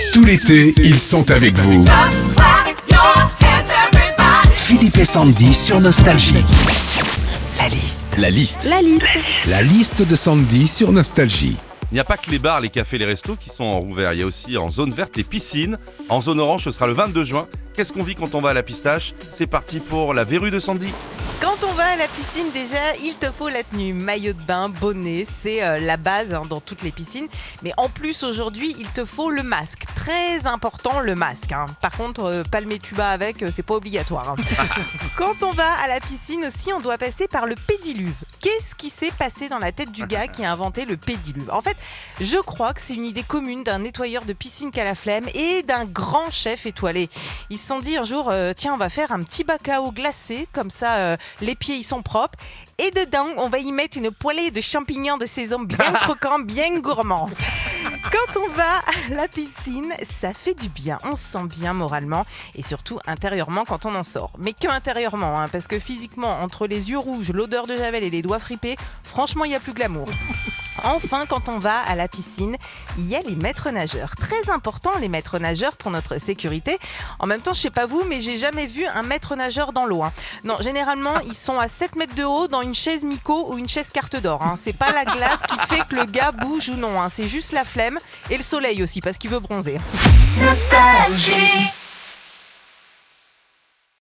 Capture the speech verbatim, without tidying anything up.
Tout l'été, ils sont avec vous. Philippe et Sandy sur Nostalgie. La liste. La liste. La liste. La liste de Sandy sur Nostalgie. Il n'y a pas que les bars, les cafés, les restos qui sont en rouvert. Il y a aussi en zone verte les piscines. En zone orange, ce sera le vingt-deux juin. Qu'est-ce qu'on vit quand on va à la pistache ? C'est parti pour la verrue de Sandy. Quand on va à la piscine, déjà, il te faut la tenue. Maillot de bain, bonnet, c'est euh, la base hein, dans toutes les piscines. Mais en plus, aujourd'hui, il te faut le masque. Très important, le masque. Hein. Par contre, euh, palmer tuba avec, euh, c'est pas obligatoire. Hein. Quand on va à la piscine aussi, on doit passer par le pédiluve. Qu'est-ce qui s'est passé dans la tête du gars qui a inventé le pédiluve ? En fait, je crois que c'est une idée commune d'un nettoyeur de piscine qu'à la flemme et d'un grand chef étoilé. Ils se sont dit un jour, euh, tiens, on va faire un petit bac à eau glacé, comme ça... Euh, les pieds ils sont propres et dedans on va y mettre une poêlée de champignons de saison bien croquants, bien gourmands. Quand on va à la piscine, ça fait du bien, on se sent bien moralement et surtout intérieurement quand on en sort. Mais que intérieurement, hein, parce que physiquement, entre les yeux rouges, l'odeur de javel et les doigts fripés, franchement il n'y a plus glamour. Enfin, quand on va à la piscine, il y a les maîtres nageurs. Très important les maîtres nageurs pour notre sécurité. En même temps, je sais pas vous, mais j'ai jamais vu un maître nageur dans l'eau. Hein. Non, généralement, ils sont à sept mètres de haut dans une chaise Mico ou une chaise carte d'or. Hein. C'est pas la glace qui fait que le gars bouge ou non. Hein. C'est juste la flemme et le soleil aussi parce qu'il veut bronzer. Nostalgie.